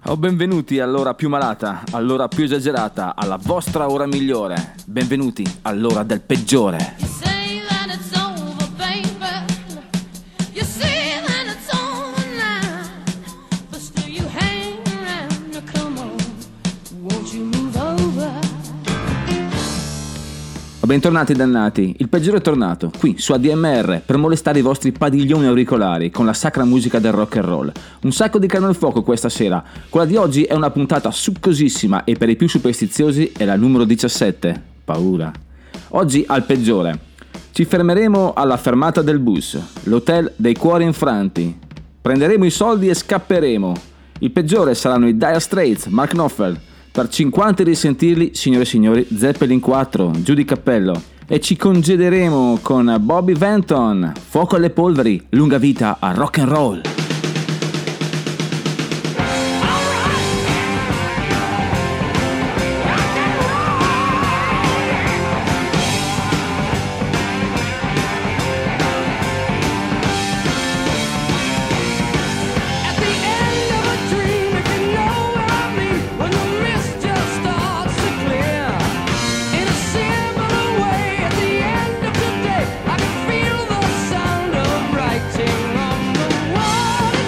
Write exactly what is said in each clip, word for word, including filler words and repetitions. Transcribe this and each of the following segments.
O benvenuti all'ora più malata, all'ora più esagerata, alla vostra ora migliore. Benvenuti all'ora del peggiore. Bentornati dannati, il peggiore è tornato, qui su A D M R, per molestare i vostri padiglioni auricolari con la sacra musica del rock and roll. Un sacco di carne al fuoco questa sera, quella di oggi è una puntata succosissima e per i più superstiziosi è la numero diciassette, paura. Oggi al peggiore, ci fermeremo alla fermata del bus, l'hotel dei cuori infranti, prenderemo i soldi e scapperemo. Il peggiore saranno i Dire Straits, Mark Knopfler. Per cinquanta risentirli, signore e signori, Zeppelin quattro, giù di cappello. E ci congederemo con Bobby Vinton, fuoco alle polveri, lunga vita a rock and roll. Feel the sound of writing on the wall.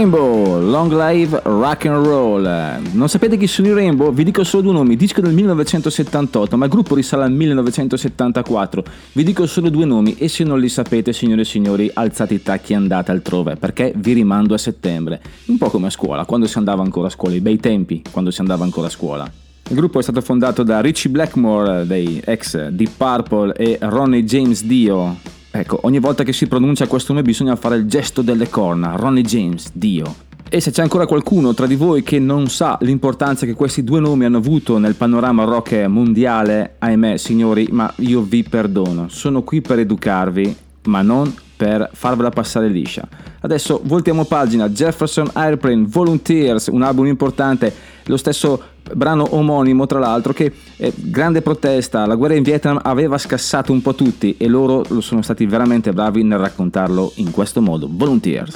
Rainbow, Long Live Rock and Roll. Non sapete chi sono i Rainbow? Vi dico solo due nomi, disco del millenovecentosettantotto, ma il gruppo risale al millenovecentosettantaquattro. Vi dico solo due nomi e se non li sapete, signore e signori, alzate i tacchi e andate altrove, perché vi rimando a settembre. Un po' come a scuola, quando si andava ancora a scuola, i bei tempi, quando si andava ancora a scuola. Il gruppo è stato fondato da Ritchie Blackmore dei ex Deep Purple e Ronnie James Dio. Ecco, ogni volta che si pronuncia questo nome bisogna fare il gesto delle corna, Ronnie James Dio. E se c'è ancora qualcuno tra di voi che non sa l'importanza che questi due nomi hanno avuto nel panorama rock mondiale, ahimè signori, ma io vi perdono. Sono qui per educarvi, ma non per farvela passare liscia. Adesso voltiamo pagina. Jefferson Airplane, Volunteers, un album importante, lo stesso brano omonimo tra l'altro, che eh, grande protesta, la guerra in Vietnam aveva scassato un po' tutti e loro lo sono stati veramente bravi nel raccontarlo in questo modo. Volunteers.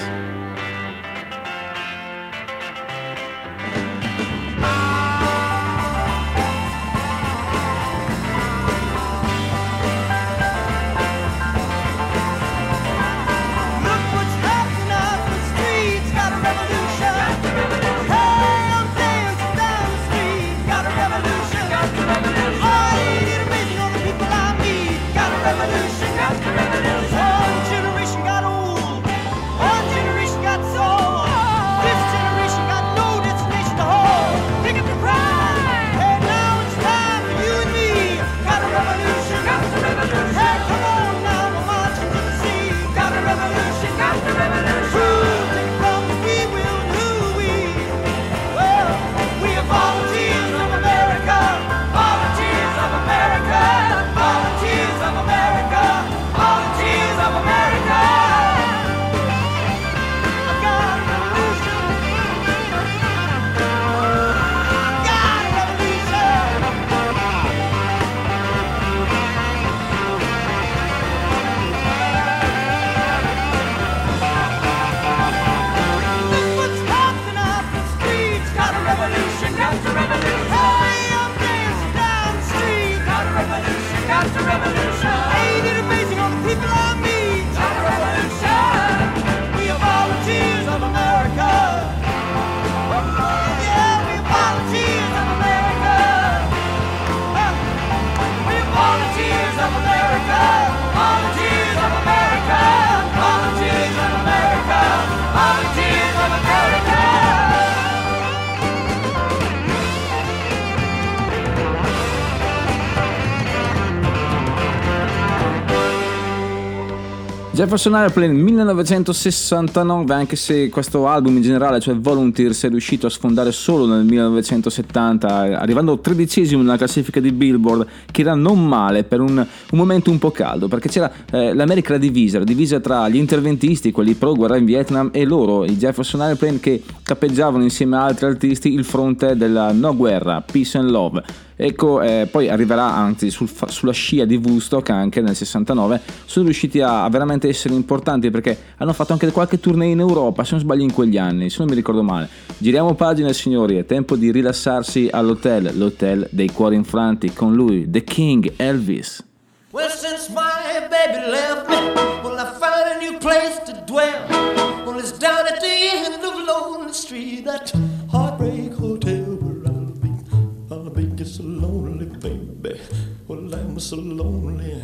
Jefferson Airplane millenovecentosessantanove, anche se questo album in generale, cioè Volunteers, è riuscito a sfondare solo nel millenovecentosettanta, arrivando tredicesimo nella classifica di Billboard, che era non male per un, un momento un po' caldo, perché c'era eh, l'America era divisa, era divisa tra gli interventisti, quelli pro guerra in Vietnam, e loro, i Jefferson Airplane, che cappeggiavano insieme a altri artisti il fronte della no guerra, peace and love. Ecco, eh, poi arriverà anzi sul, sulla scia di Woodstock anche nel sessantanove, sono riusciti a, a veramente essere importanti perché hanno fatto anche qualche tournée in Europa, se non sbaglio in quegli anni, se non mi ricordo male. Giriamo pagina signori, è tempo di rilassarsi all'hotel, l'hotel dei cuori infranti, con lui, The King, Elvis. Well, since my baby left me, well, I found a new place to dwell. Well, it's down at the end of Lonely Street, that heartbreak hotel where I'll be. I'll be just so lonely, baby. Well, I'm so lonely.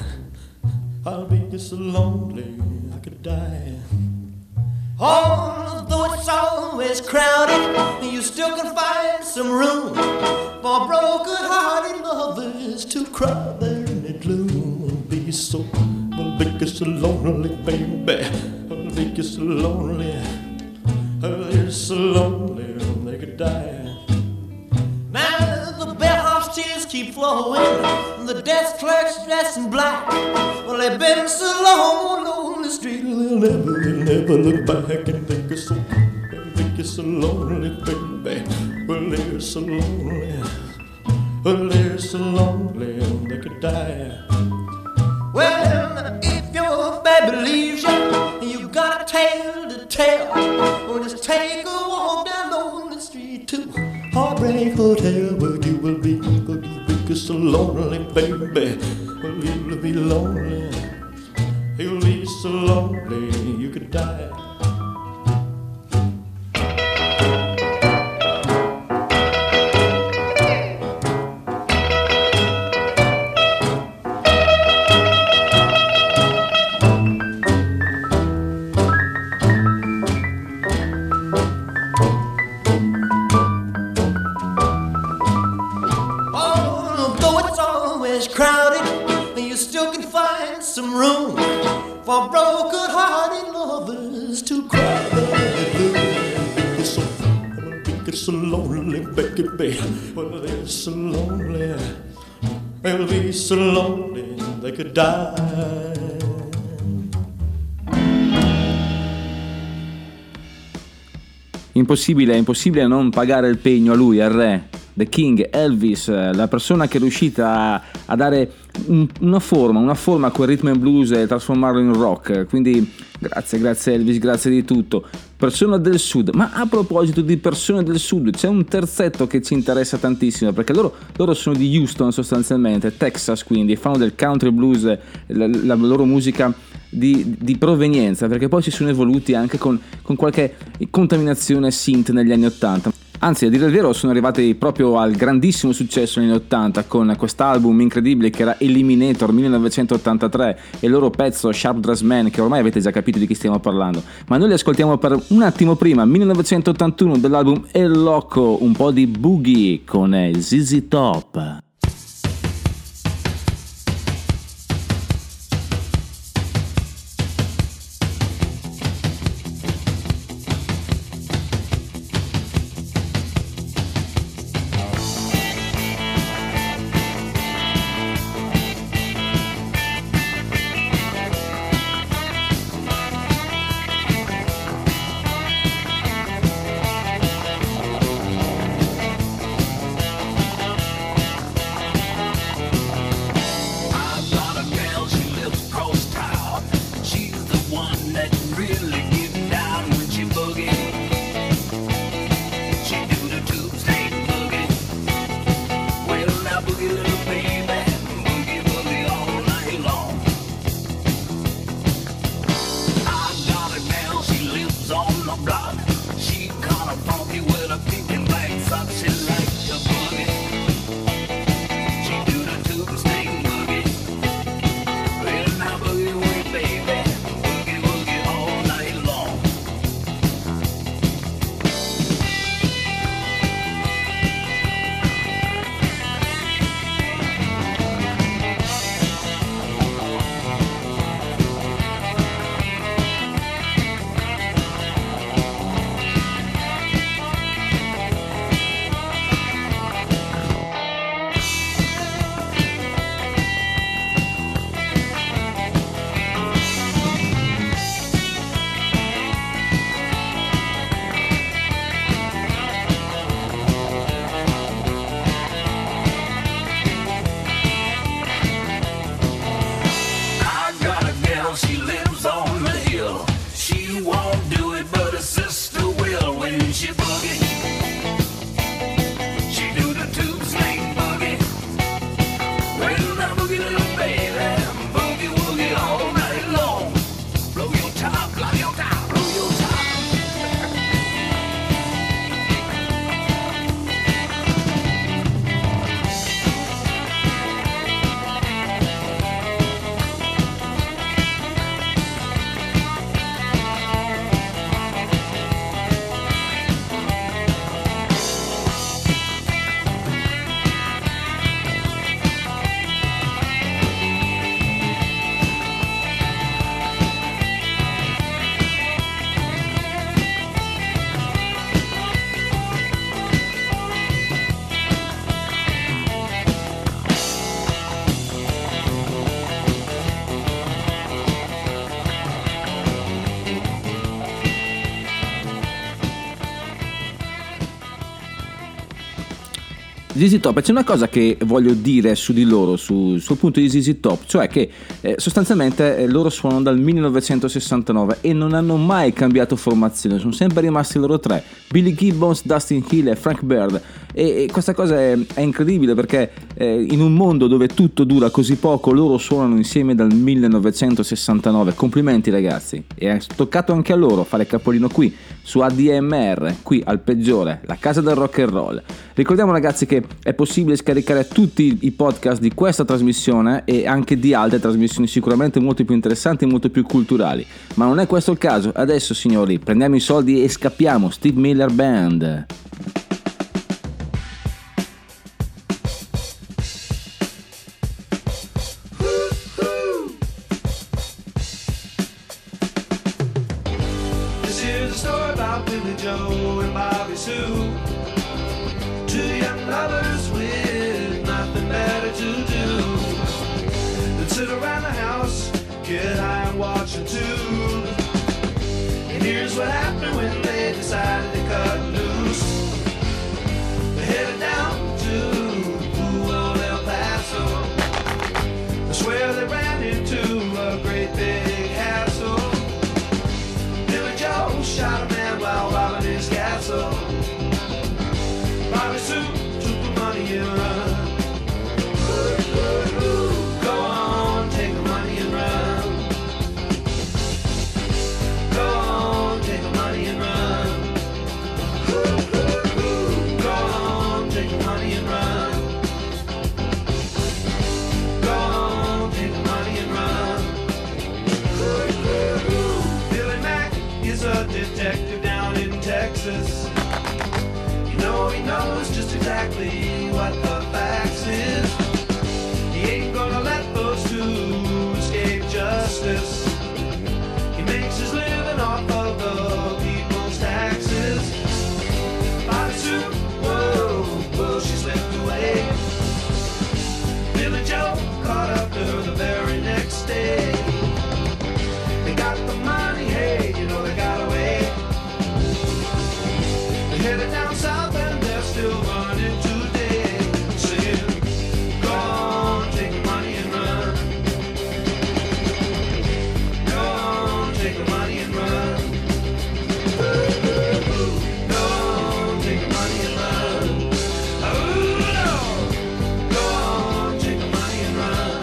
I'll be just so lonely, I could die. Although it's always crowded, you still can find some room for broken-hearted lovers to cry there in the gloom. Be so, I'll be just so lonely, baby. I'll be just so lonely. I'll be so lonely, they could die. Now the bellhop's tears keep flowing, the desk clerk's dressed in black. Well, they've been so long on the street, they'll never, they'll never look back and think it's so, think it's so lonely, baby. Well, they're so lonely, well, they're so lonely, they could die. Well, if your baby leaves you, you got a tale to tell. Well, just take a walk down on the street to Heartbreak Hotel, where you will be, where you will be so lonely, baby. Well, you'll be lonely, you'll be so lonely, you could die. for broken-hearted lovers to cry their blues. So, they're so lonely, Becky, baby. Well, they're so lonely. They'll be so lonely they could die. Impossibile, è impossibile non pagare il pegno a lui, al re, The King, Elvis, la persona che è riuscita a, a dare un, una forma, una forma a quel rhythm and blues e trasformarlo in rock. Quindi grazie, grazie Elvis, grazie di tutto. Persona del Sud, ma a proposito di persone del Sud, c'è un terzetto che ci interessa tantissimo, perché loro, loro sono di Houston sostanzialmente, Texas, quindi fanno del country blues, la, la loro musica di, di provenienza, perché poi si sono evoluti anche con, con qualche contaminazione synth negli anni ottanta. Anzi, a dire il vero, sono arrivati proprio al grandissimo successo negli anni ottanta con quest'album incredibile che era Eliminator millenovecentottantatré e il loro pezzo Sharp Dressed Man, che ormai avete già capito di chi stiamo parlando. Ma noi li ascoltiamo per un attimo prima, millenovecentottantuno, dell'album El Loco, un po' di boogie con Z Z Top. Z Z Top, c'è una cosa che voglio dire su di loro, su, sul punto di Z Z Top, cioè che eh, sostanzialmente eh, loro suonano dal millenovecentosessantanove e non hanno mai cambiato formazione, sono sempre rimasti loro tre, Billy Gibbons, Dustin Hill e Frank Bird, e, e questa cosa è, è incredibile perché eh, in un mondo dove tutto dura così poco, loro suonano insieme dal millenovecentosessantanove, complimenti ragazzi, e è toccato anche a loro fare capolino qui, su A D M R, qui al Peggiore, la casa del rock and roll. Ricordiamo ragazzi che è possibile scaricare tutti i podcast di questa trasmissione e anche di altre trasmissioni sicuramente molto più interessanti e molto più culturali, ma non è questo il caso. Adesso signori, prendiamo i soldi e scappiamo. Steve Miller Band. Two young lovers with nothing better to do than sit around the house, get high and watch a tube. And here's what happened when they decided to cut loose. They headed down to old El Paso. I swear they ran into a great big hassle. Billy Joe shot a man while robbing his castle. Bobby Sue took the money and run. Go on, take the money and run. Go on, take the money and run. Go on, take the money and run. Go on, take the money and run. Billy Mack is a detective down in Texas. No, he knows just exactly what the facts is. He ain't gonna let those two escape justice. He makes his living off of the people's taxes. Bobby Sue, whoa, whoa, she slipped away. Billy Joe caught up to her the very next day. They got the money, hey, you know they got away. They headed down south and they're still running today, saying, go on, take the money and run. Go on, take the money and run. Go on, take the money and run. Oh, no. Go on, take the money and run.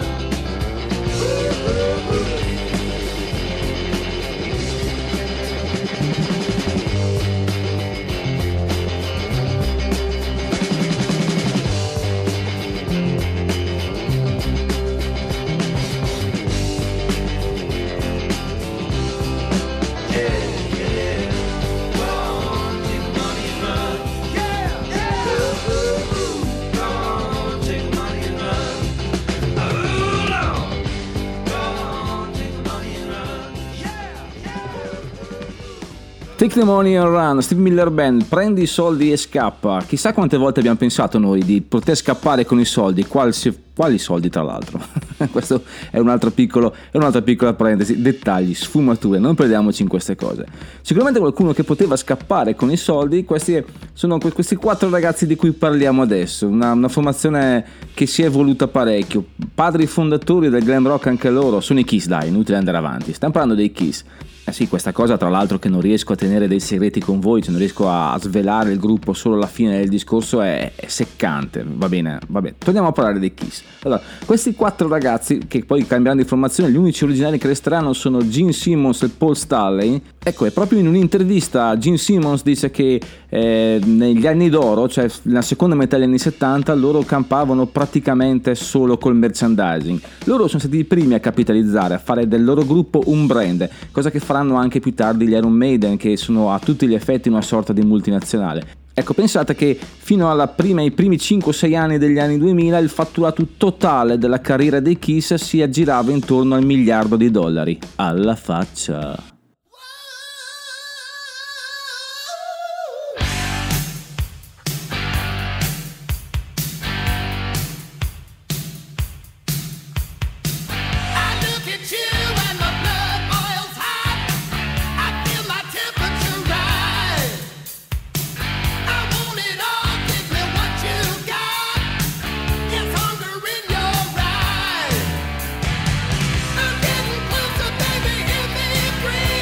Take the money and run, Steve Miller Band, prendi i soldi e scappa. Chissà quante volte abbiamo pensato noi di poter scappare con i soldi, quali, quali soldi tra l'altro. Questo è un altro piccolo, è un'altra piccola parentesi, dettagli, sfumature, non perdiamoci in queste cose. Sicuramente qualcuno che poteva scappare con i soldi, questi sono questi quattro ragazzi di cui parliamo adesso, una, una formazione che si è evoluta parecchio, padri fondatori del glam rock anche loro, sono i Kiss, dai, inutile andare avanti, stiamo parlando dei Kiss. Eh sì, questa cosa tra l'altro che non riesco a tenere dei segreti con voi, cioè non riesco a svelare il gruppo solo alla fine del discorso, è, è seccante, va bene, va bene. Torniamo a parlare dei Kiss. Allora, questi quattro ragazzi che poi cambieranno di formazione, gli unici originali che resteranno sono Gene Simmons e Paul Stanley. Ecco, e proprio in un'intervista Gene Simmons dice che eh, negli anni d'oro, cioè nella seconda metà degli anni settanta, loro campavano praticamente solo col merchandising. Loro sono stati i primi a capitalizzare, a fare del loro gruppo un brand, cosa che faranno anche più tardi gli Iron Maiden, che sono a tutti gli effetti una sorta di multinazionale. Ecco, pensate che fino alla prima, ai primi cinque sei anni degli anni duemila il fatturato totale della carriera dei Kiss si aggirava intorno al miliardo di dollari. Alla faccia! Free!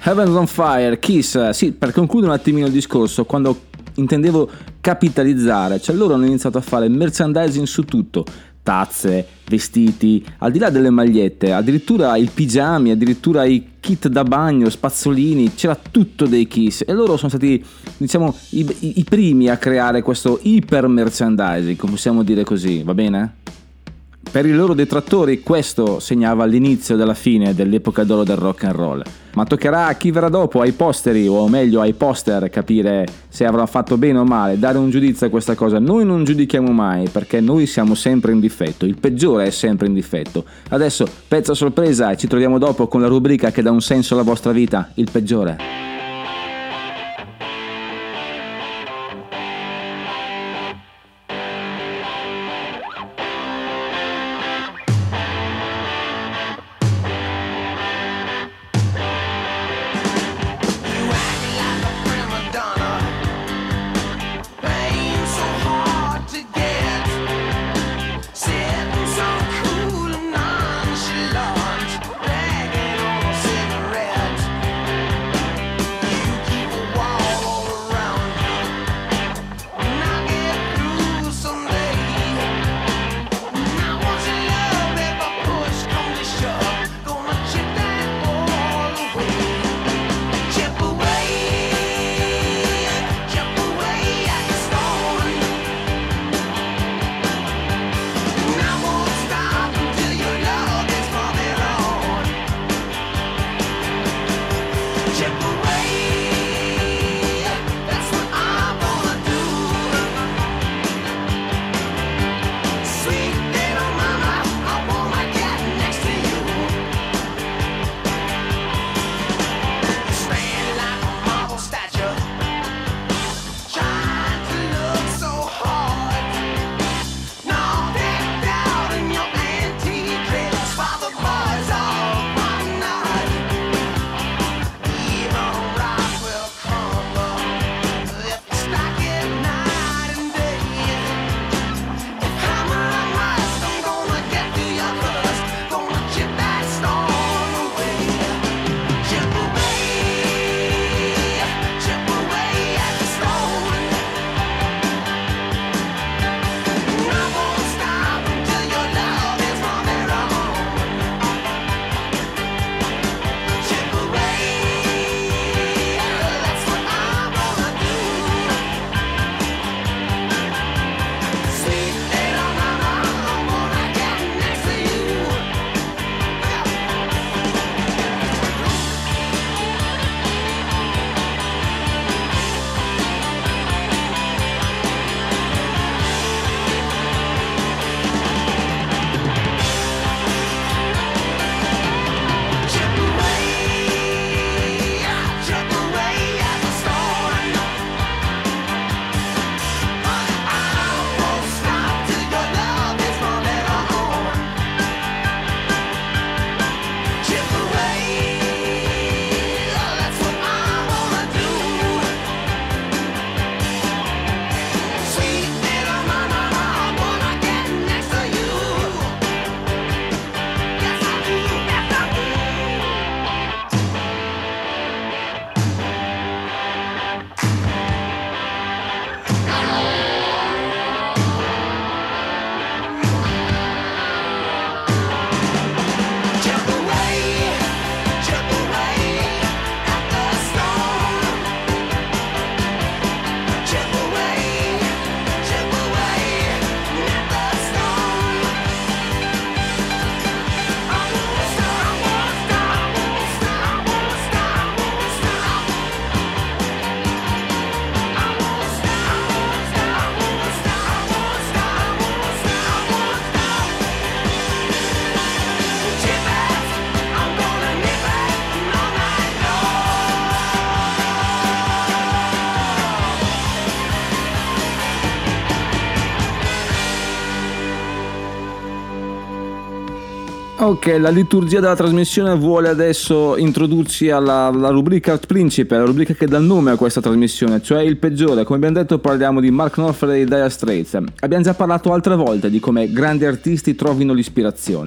Heaven's on Fire, Kiss. Sì, per concludere un attimino il discorso, quando intendevo capitalizzare, cioè loro hanno iniziato a fare merchandising su tutto, tazze, vestiti, al di là delle magliette, addirittura i pigiami, addirittura i kit da bagno, spazzolini, c'era tutto dei Kiss, e loro sono stati, diciamo, i, i, i primi a creare questo iper merchandising, possiamo dire così, va bene? Per i loro detrattori questo segnava l'inizio della fine dell'epoca d'oro del rock and roll, ma toccherà a chi verrà dopo, ai posteri, o meglio ai poster, capire se avranno fatto bene o male, dare un giudizio a questa cosa. Noi non giudichiamo mai, perché noi siamo sempre in difetto, il peggiore è sempre in difetto. Adesso pezzo a sorpresa e ci troviamo dopo con la rubrica che dà un senso alla vostra vita, il peggiore. Ok, la liturgia della trasmissione vuole adesso introdurci alla, alla rubrica principe, la rubrica che dà il nome a questa trasmissione, cioè il peggiore. Come abbiamo detto, parliamo di Mark Knopfler e Dire Straits. Abbiamo già parlato altre volte di come grandi artisti trovino l'ispirazione.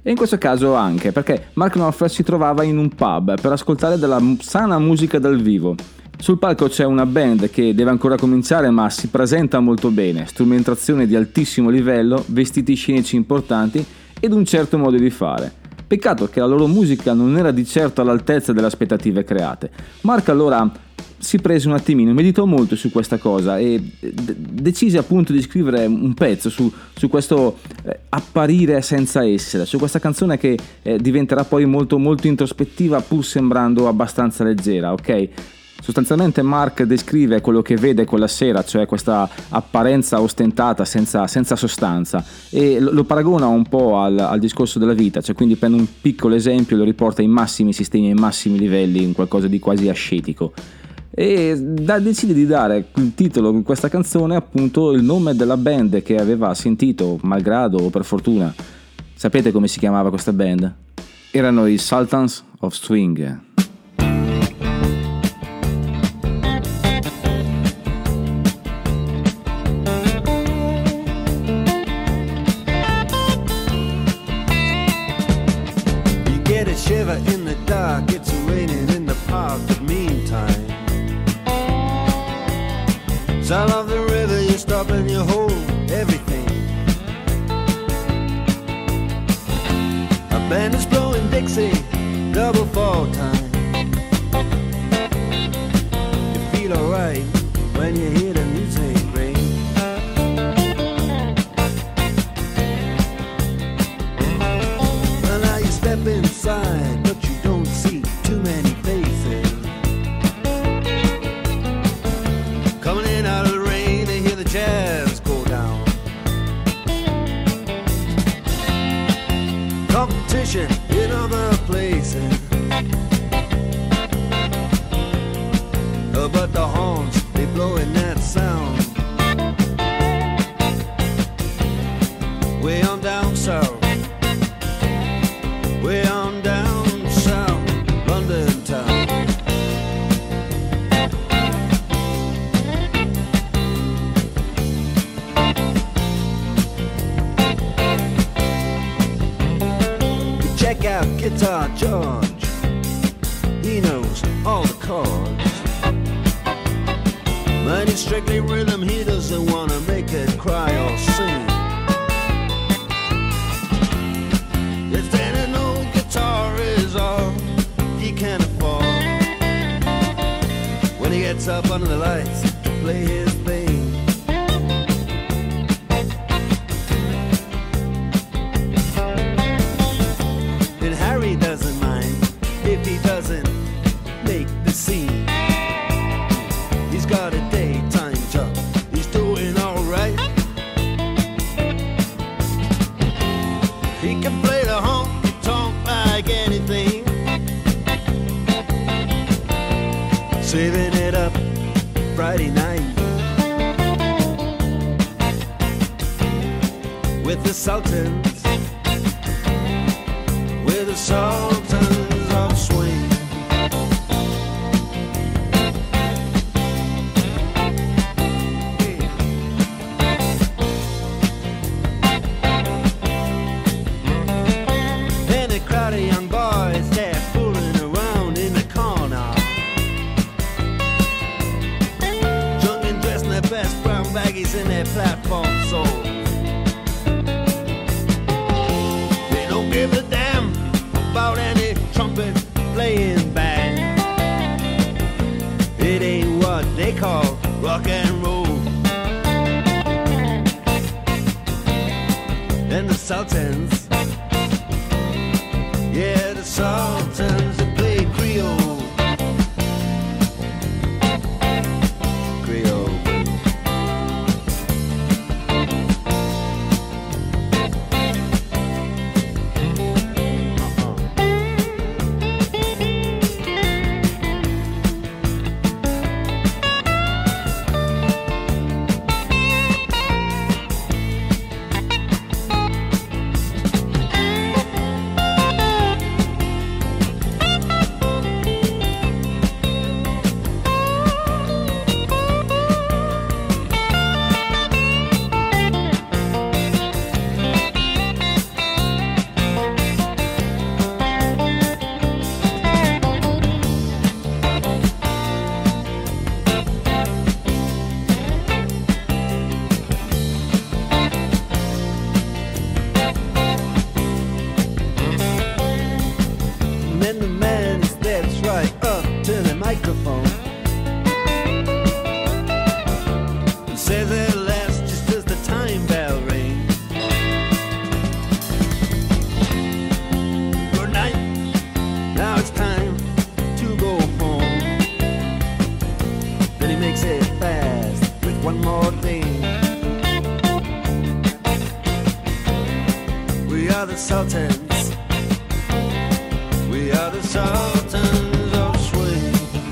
E in questo caso anche perché Mark Knopfler si trovava in un pub per ascoltare della sana musica dal vivo. Sul palco c'è una band che deve ancora cominciare ma si presenta molto bene, strumentazione di altissimo livello, vestiti scenici importanti ed un certo modo di fare. Peccato che la loro musica non era di certo all'altezza delle aspettative create. Mark allora si prese un attimino, meditò molto su questa cosa e d- decise appunto di scrivere un pezzo su, su questo eh, apparire senza essere, su questa canzone che eh, diventerà poi molto molto introspettiva pur sembrando abbastanza leggera, ok? Sostanzialmente Mark descrive quello che vede quella sera, cioè questa apparenza ostentata senza, senza sostanza, e lo, lo paragona un po' al, al discorso della vita, cioè quindi prende un piccolo esempio e lo riporta ai massimi sistemi, ai massimi livelli, in qualcosa di quasi ascetico. E da, decide di dare il titolo di questa canzone appunto il nome della band che aveva sentito, malgrado o per fortuna. Sapete come si chiamava questa band? Erano i Sultans of Swing. Shiver in the dark, it's raining in the park, but meantime sound of the river, you stop and you hold everything. A band is blowing Dixie, double fall time. You feel alright when you hear the music ring. Well, now you step inside, but you don't see too many faces. Coming in out of the rain, they hear the jazz go down. Competition in other places, uh, but the horns, they blowing that sound. Way on down south, way on down south, London town. You check out Guitar George, he knows all the chords. But it's strictly rhythm, he doesn't wanna make it cry or sing. If there no guitar is all he can afford, when he gets up under the lights to play his thing. And Harry doesn't mind if he doesn't make the scene. He's got a daytime job, he's doing alright. He can play the honky-tonk like anything, saving it up Friday night with the Sultans, with the Sultans of Swing. Crowd of young boys, they're fooling around in the corner, drunk and dressed in their best brown baggies in their platform soles. They don't give a damn about any trumpet playing band. It ain't what they call rock and roll. And the Sultans, yeah, the Sultans that play Creole. Creole. We are the Sultans. We are the Sultans of Swing.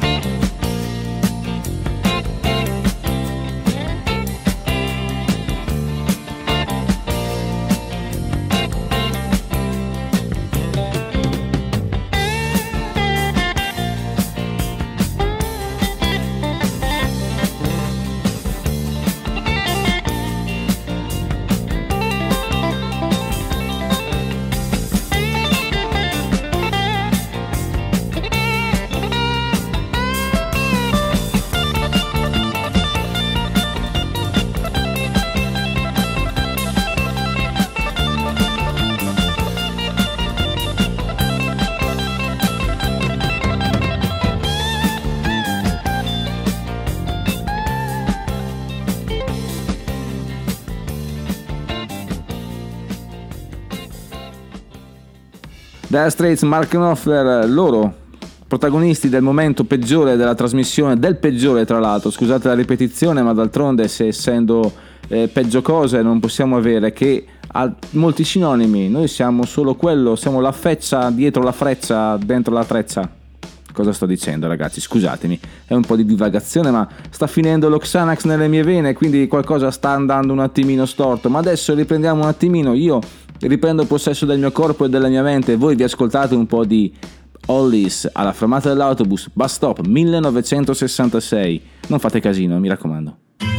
Dire Straits, Mark Knopfler, loro protagonisti del momento peggiore della trasmissione, del peggiore tra l'altro, scusate la ripetizione, ma d'altronde se essendo eh, peggio cose non possiamo avere che ha molti sinonimi, noi siamo solo quello, siamo la feccia dietro la freccia, dentro la treccia. Cosa sto dicendo, ragazzi? Scusatemi, è un po' di divagazione, ma sta finendo lo Xanax nelle mie vene, quindi qualcosa sta andando un attimino storto, ma adesso riprendiamo un attimino, io riprendo possesso del mio corpo e della mia mente, voi vi ascoltate un po' di Hollis alla fermata dell'autobus, Bus Stop millenovecentosessantasei, non fate casino, mi raccomando.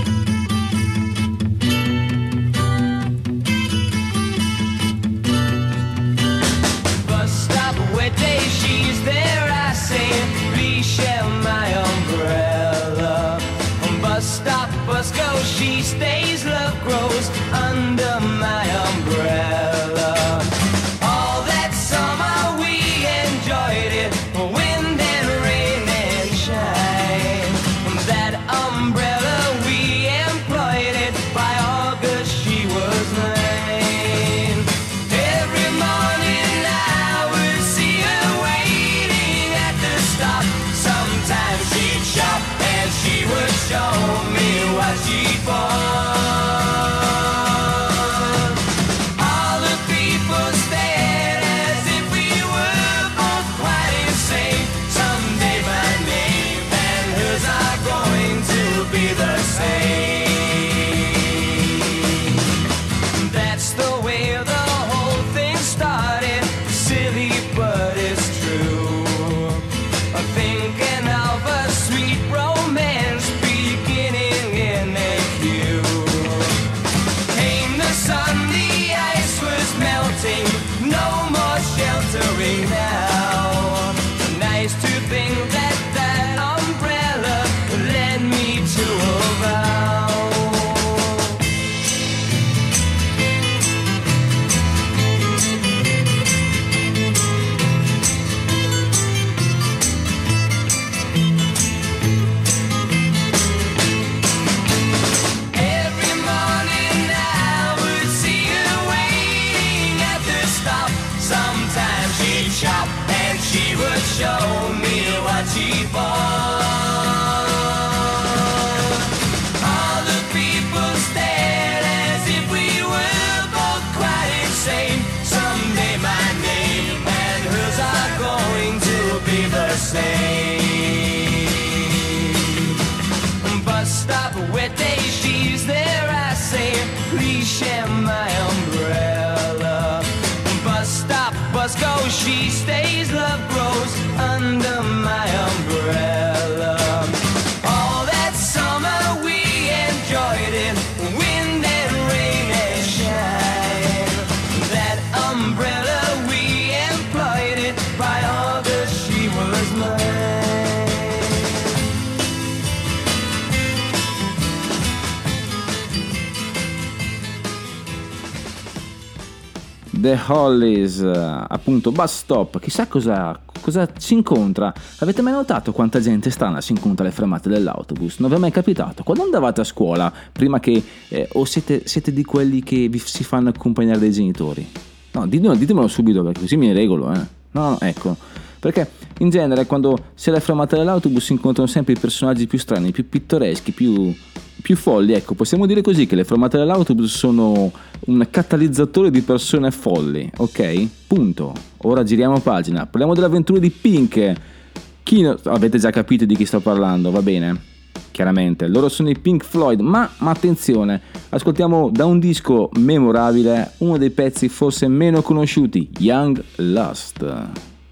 Bus stop where day she's there, I say, please share my umbrella. Bus stop, bus go, she stays, love grows under my umbrella. She stays, love grows under my umbrella. All that summer we enjoyed it, wind and rain and shine. That umbrella we employed it, by August she was mine. The Hollies, appunto, Bus Stop, chissà cosa, cosa si incontra. Avete mai notato quanta gente strana si incontra alle fermate dell'autobus? Non vi è mai capitato? Quando andavate a scuola, prima che, eh, o siete, siete di quelli che vi si fanno accompagnare dai genitori? No, ditemelo, ditemelo subito, perché così mi regolo, eh. No, no, ecco, perché in genere quando si è alle fermate dell'autobus si incontrano sempre i personaggi più strani, più pittoreschi, più più folli, ecco, possiamo dire così che le fermate dell'autobus sono un catalizzatore di persone folli, ok? Punto. Ora giriamo pagina, parliamo delle avventure di Pink. Chi no... avete già capito di chi sto parlando, va bene? Chiaramente, loro sono i Pink Floyd, ma, ma attenzione, ascoltiamo da un disco memorabile uno dei pezzi forse meno conosciuti, Young Lust.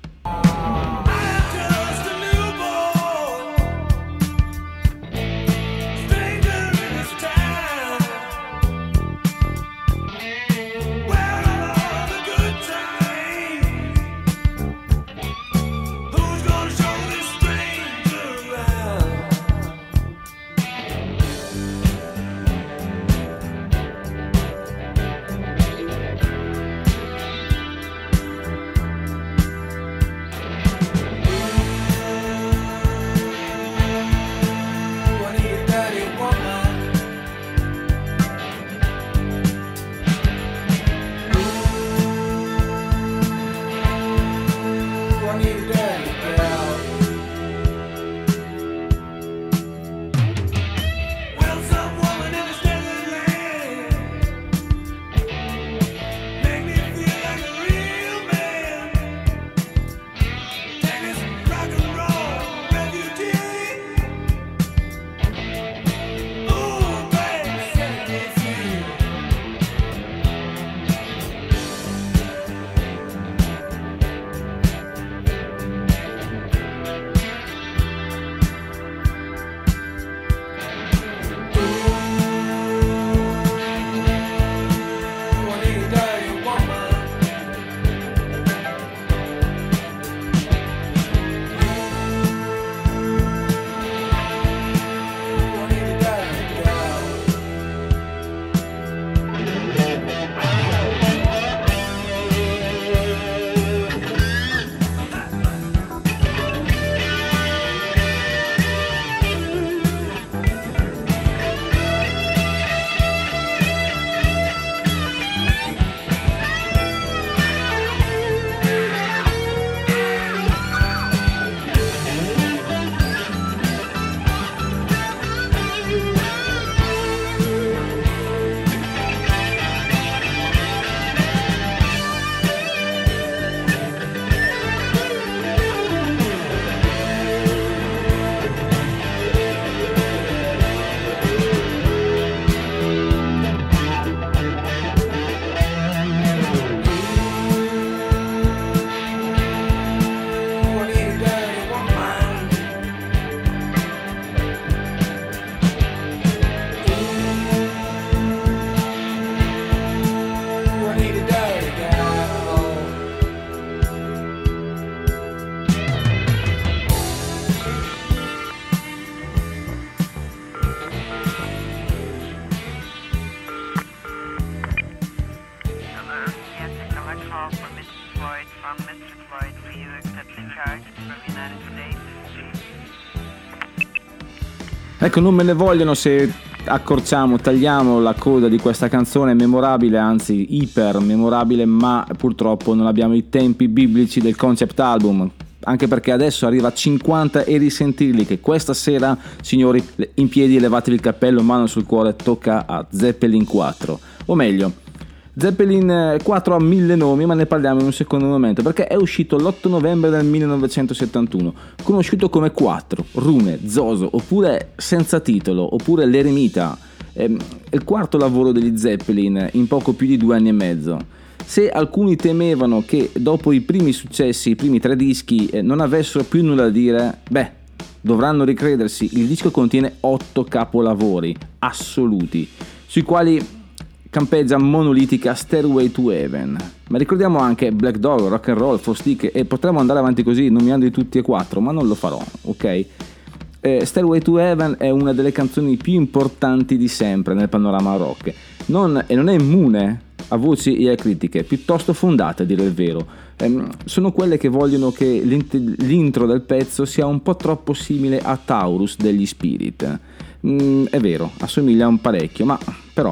Ecco, non me ne vogliono se accorciamo, tagliamo la coda di questa canzone memorabile, anzi iper memorabile, ma purtroppo non abbiamo i tempi biblici del concept album, anche perché adesso arriva a cinquanta e risentirli che questa sera, signori, in piedi, levatevi il cappello, mano sul cuore, tocca a Zeppelin quattro, o meglio Zeppelin quattro ha mille nomi, ma ne parliamo in un secondo momento, perché è uscito l'otto novembre del millenovecentosettantuno, conosciuto come quattro, Rune, Zoso, oppure Senza titolo, oppure L'eremita. È il quarto lavoro degli Zeppelin in poco più di due anni e mezzo. Se alcuni temevano che dopo i primi successi, i primi tre dischi, non avessero più nulla da dire, beh, dovranno ricredersi. Il disco contiene otto capolavori assoluti, sui quali campeggia monolitica Stairway to Heaven, ma ricordiamo anche Black Dog, Rock and Roll, Four Stick, e potremmo andare avanti così nominandoli tutti e quattro, ma non lo farò, ok? Eh, Stairway to Heaven è una delle canzoni più importanti di sempre nel panorama rock, non, e non è immune a voci e a critiche, piuttosto fondate a dire il vero. Eh, sono quelle che vogliono che l'intro del pezzo sia un po' troppo simile a Taurus degli Spirit. Mm, è vero, assomiglia un parecchio, ma però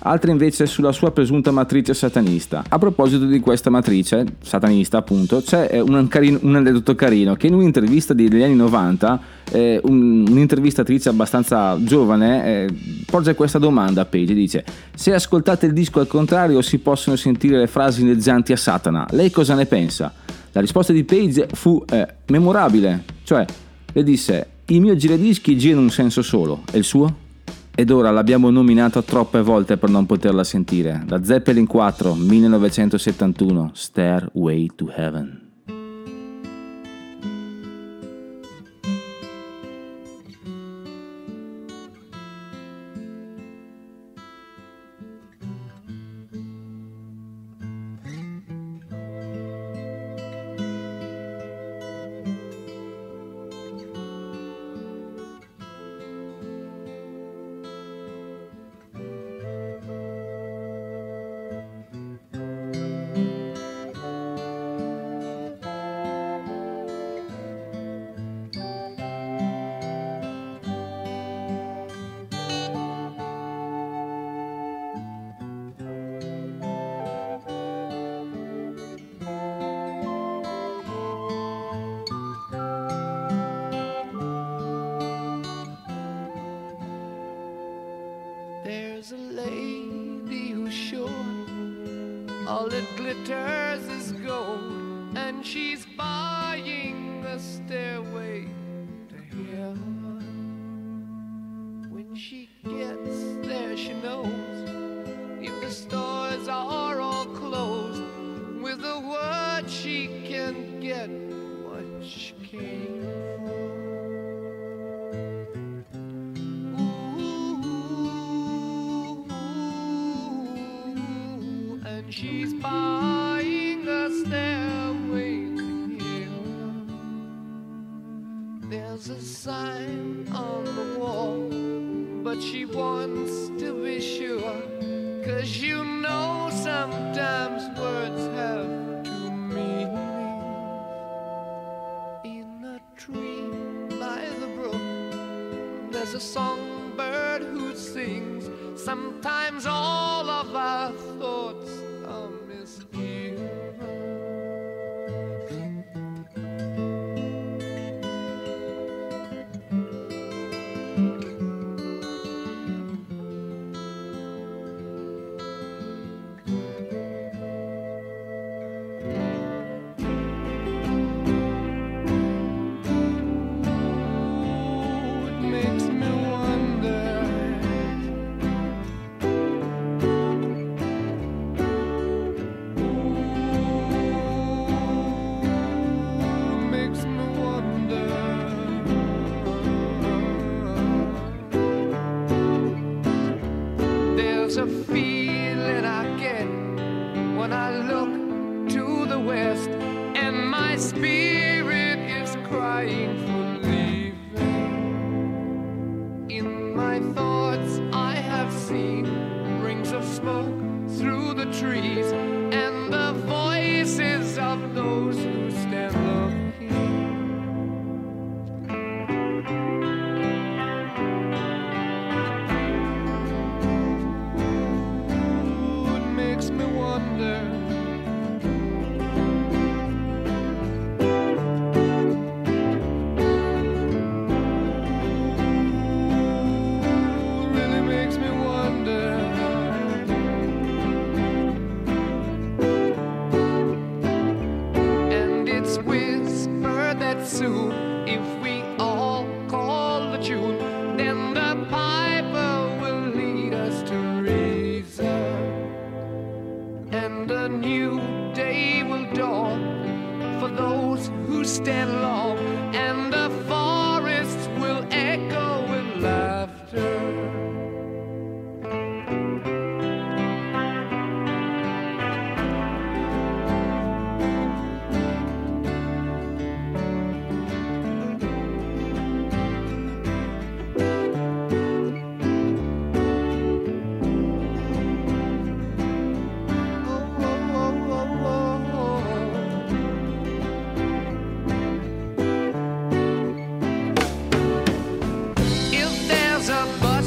altre invece sulla sua presunta matrice satanista. A proposito di questa matrice satanista, appunto, c'è un, carino, un aneddoto carino che in un'intervista degli anni novanta eh, un, un'intervistatrice abbastanza giovane eh, porge questa domanda a Page, dice: se ascoltate il disco al contrario si possono sentire le frasi inneggianti a Satana, lei cosa ne pensa? La risposta di Page fu eh, memorabile, cioè le disse: il mio giradischi gira in un senso solo, e il suo? Ed ora l'abbiamo nominata troppe volte per non poterla sentire. Da Zeppelin quattro, millenovecentosettantuno, Stairway to Heaven. There's a lady who's sure all that glitters is gold, and she's buying a stairway to heaven. When she gets there, she knows if the stores are all closed, with a word she can get what she came for. She's buying a stairway to heaven. There's a sign on the wall, but she wants to be sure, 'cause you know sometimes words have two meanings. In a tree by the brook, there's a songbird who sings. Sometimes all of our thoughts are misgiven. A feeling I get when I look to the west, and my spirit is crying for leaving. In my thoughts I have seen rings of smoke through the trees, and the voices of those who stand looking. If we all call the tune, then the piper will lead us to reason, and a new day will dawn for those who stand long, and the forests will echo with laughter. Bus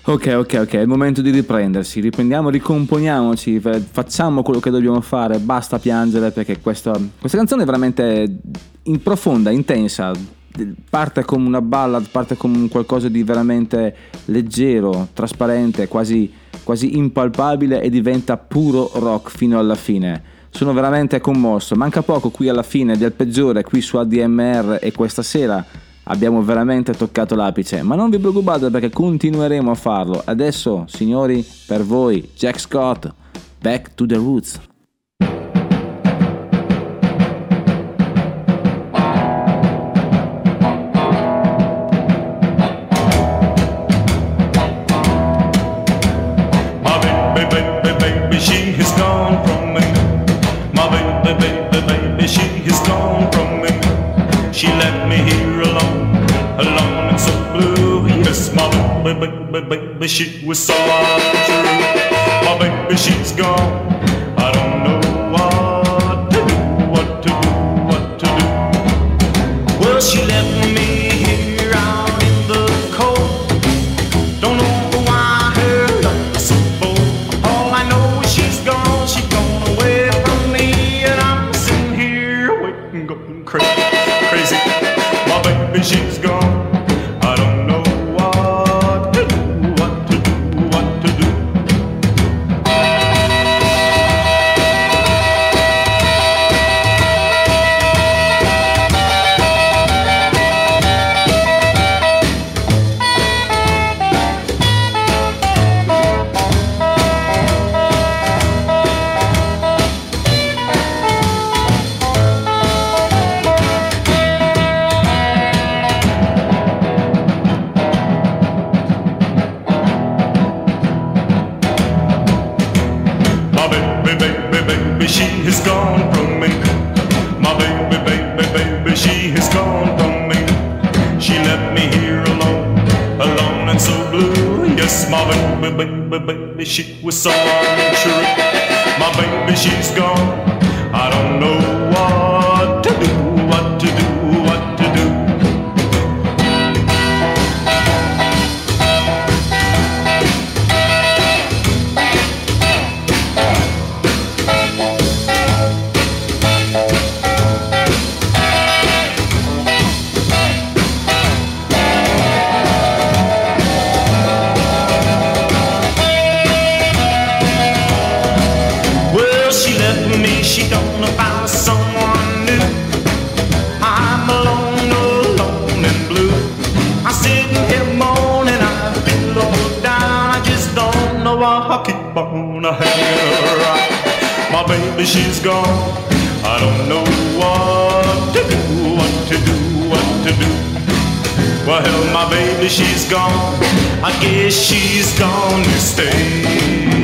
Ok, ok, ok, è il momento di riprendersi, riprendiamo, ricomponiamoci, facciamo quello che dobbiamo fare, basta piangere, perché questa, questa canzone è veramente in profonda, intensa, parte come una ballad, parte come un qualcosa di veramente leggero, trasparente, quasi, quasi impalpabile, e diventa puro rock fino alla fine. Sono veramente commosso, manca poco qui alla fine del peggiore, qui su A D M R, e questa sera abbiamo veramente toccato l'apice, ma non vi preoccupate perché continueremo a farlo. Adesso, signori, per voi, Jack Scott, Back to the Roots. My baby, baby, baby, she has gone from me. My baby, baby, baby, she has gone from me. She left me here alone, alone and so blue. Yes, my baby, baby, baby, she was so untrue. My baby, she's gone. I don't know what to do, what to do, what to do. Well, she left me here out in the cold. Don't know why her love is so bold. All I know is she's gone, she's gone away from me, and I'm sitting here waiting, going crazy. Crazy, my baby, she's gone. I don't know what to do, what to do, what to do. She has gone from me. My baby, baby, baby, she has gone from me. She left me here alone, alone and so blue. Yes, my baby, baby, baby, she was so untrue. My baby, she's gone. I don't know what to do, what to do, what to do. She don't know about someone new. I'm alone, alone and blue. I'm sitting here moaning, I feel low down. I just don't know why I keep on hanging around. My baby, she's gone. I don't know what to do, what to do, what to do. Well, my baby, she's gone. I guess she's gone to stay.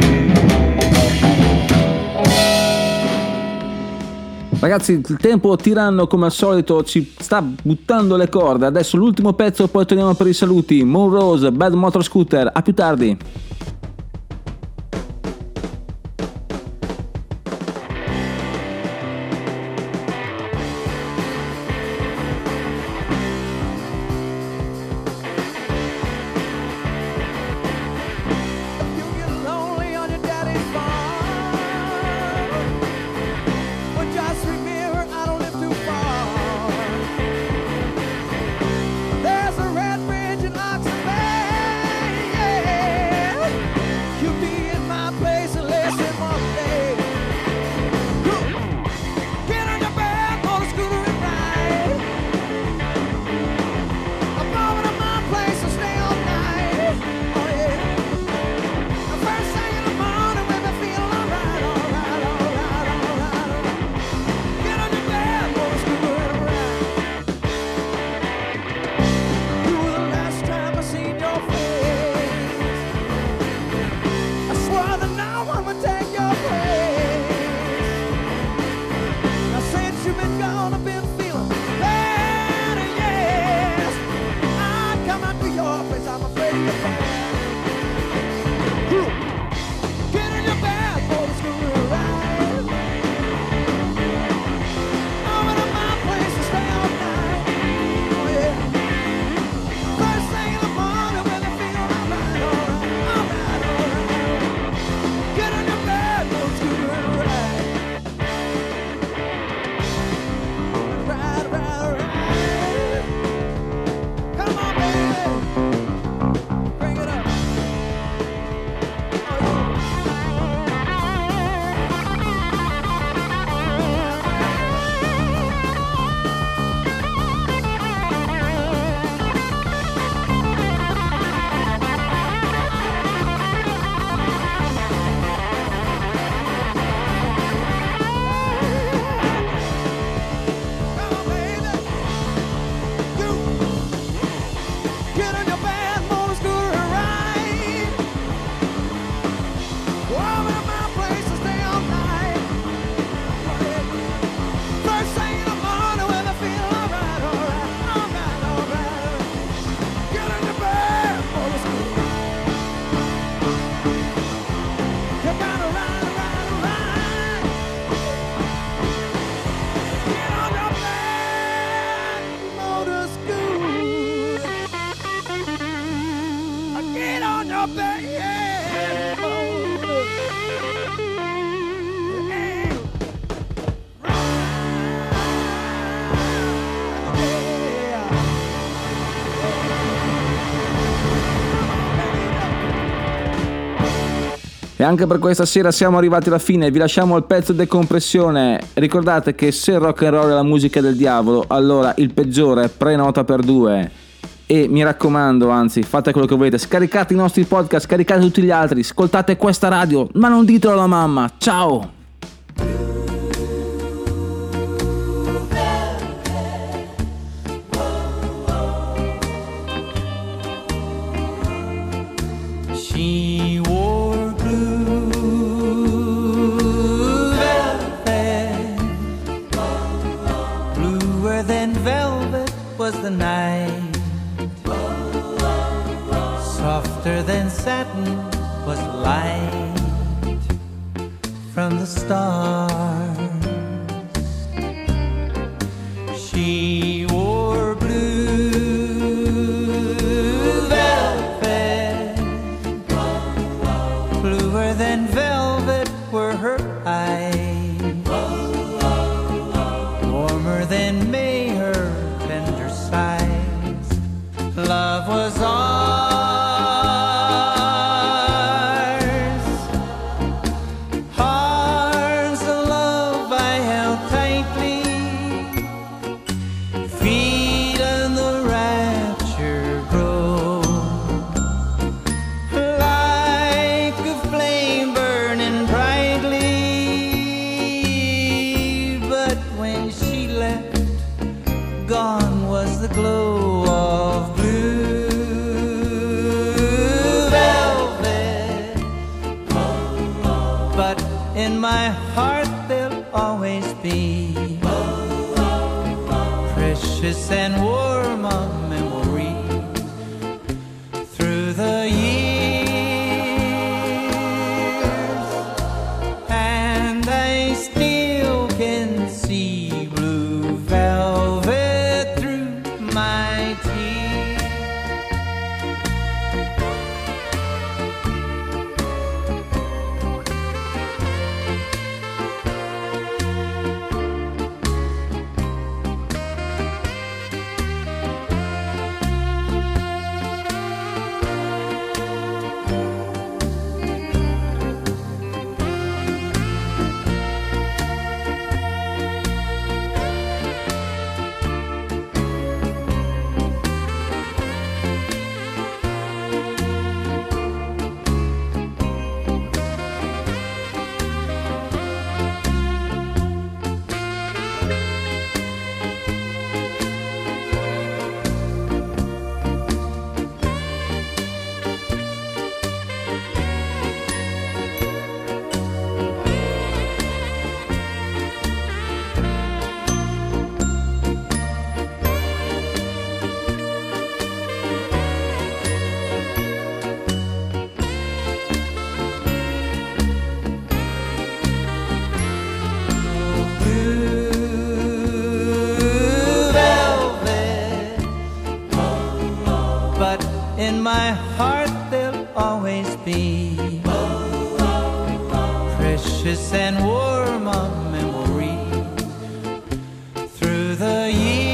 Ragazzi, il tempo tiranno come al solito ci sta buttando le corde. Adesso l'ultimo pezzo, poi torniamo per i saluti. Moon Rose, Bad Motor Scooter, a più tardi. E anche per questa sera siamo arrivati alla fine, vi lasciamo il pezzo decompressione. Ricordate che se il rock and roll è la musica del diavolo, allora il peggiore prenota per due. E mi raccomando, anzi, fate quello che volete, scaricate i nostri podcast, scaricate tutti gli altri, ascoltate questa radio, ma non ditelo alla mamma. Ciao! She wore blue velvet, bluer than velvet was the night, softer than satin was light from the stars. She wore blue velvet, bluer than velvet were her eyes, warmer than May her tender sighs. Love was ours, arms of love I held tightly, feeling the rapture grow, like a flame burning brightly. But when she left, gone was the glow of blue velvet. But in my heart there'll always be precious and warm a memory through the years, and I still can see blue velvet through my tears. In my heart there'll always be precious and warm a memory through the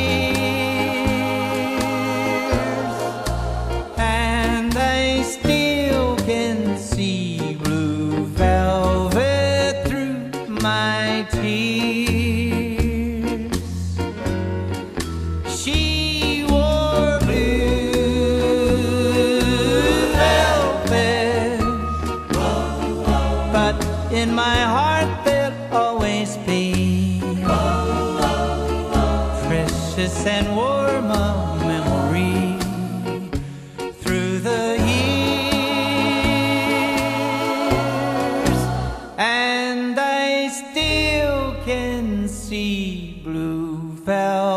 years, and I still can see blue velvet through my tears. She wore in my heart there'll always be precious and warm a memory through the years, and I still can see blue velvet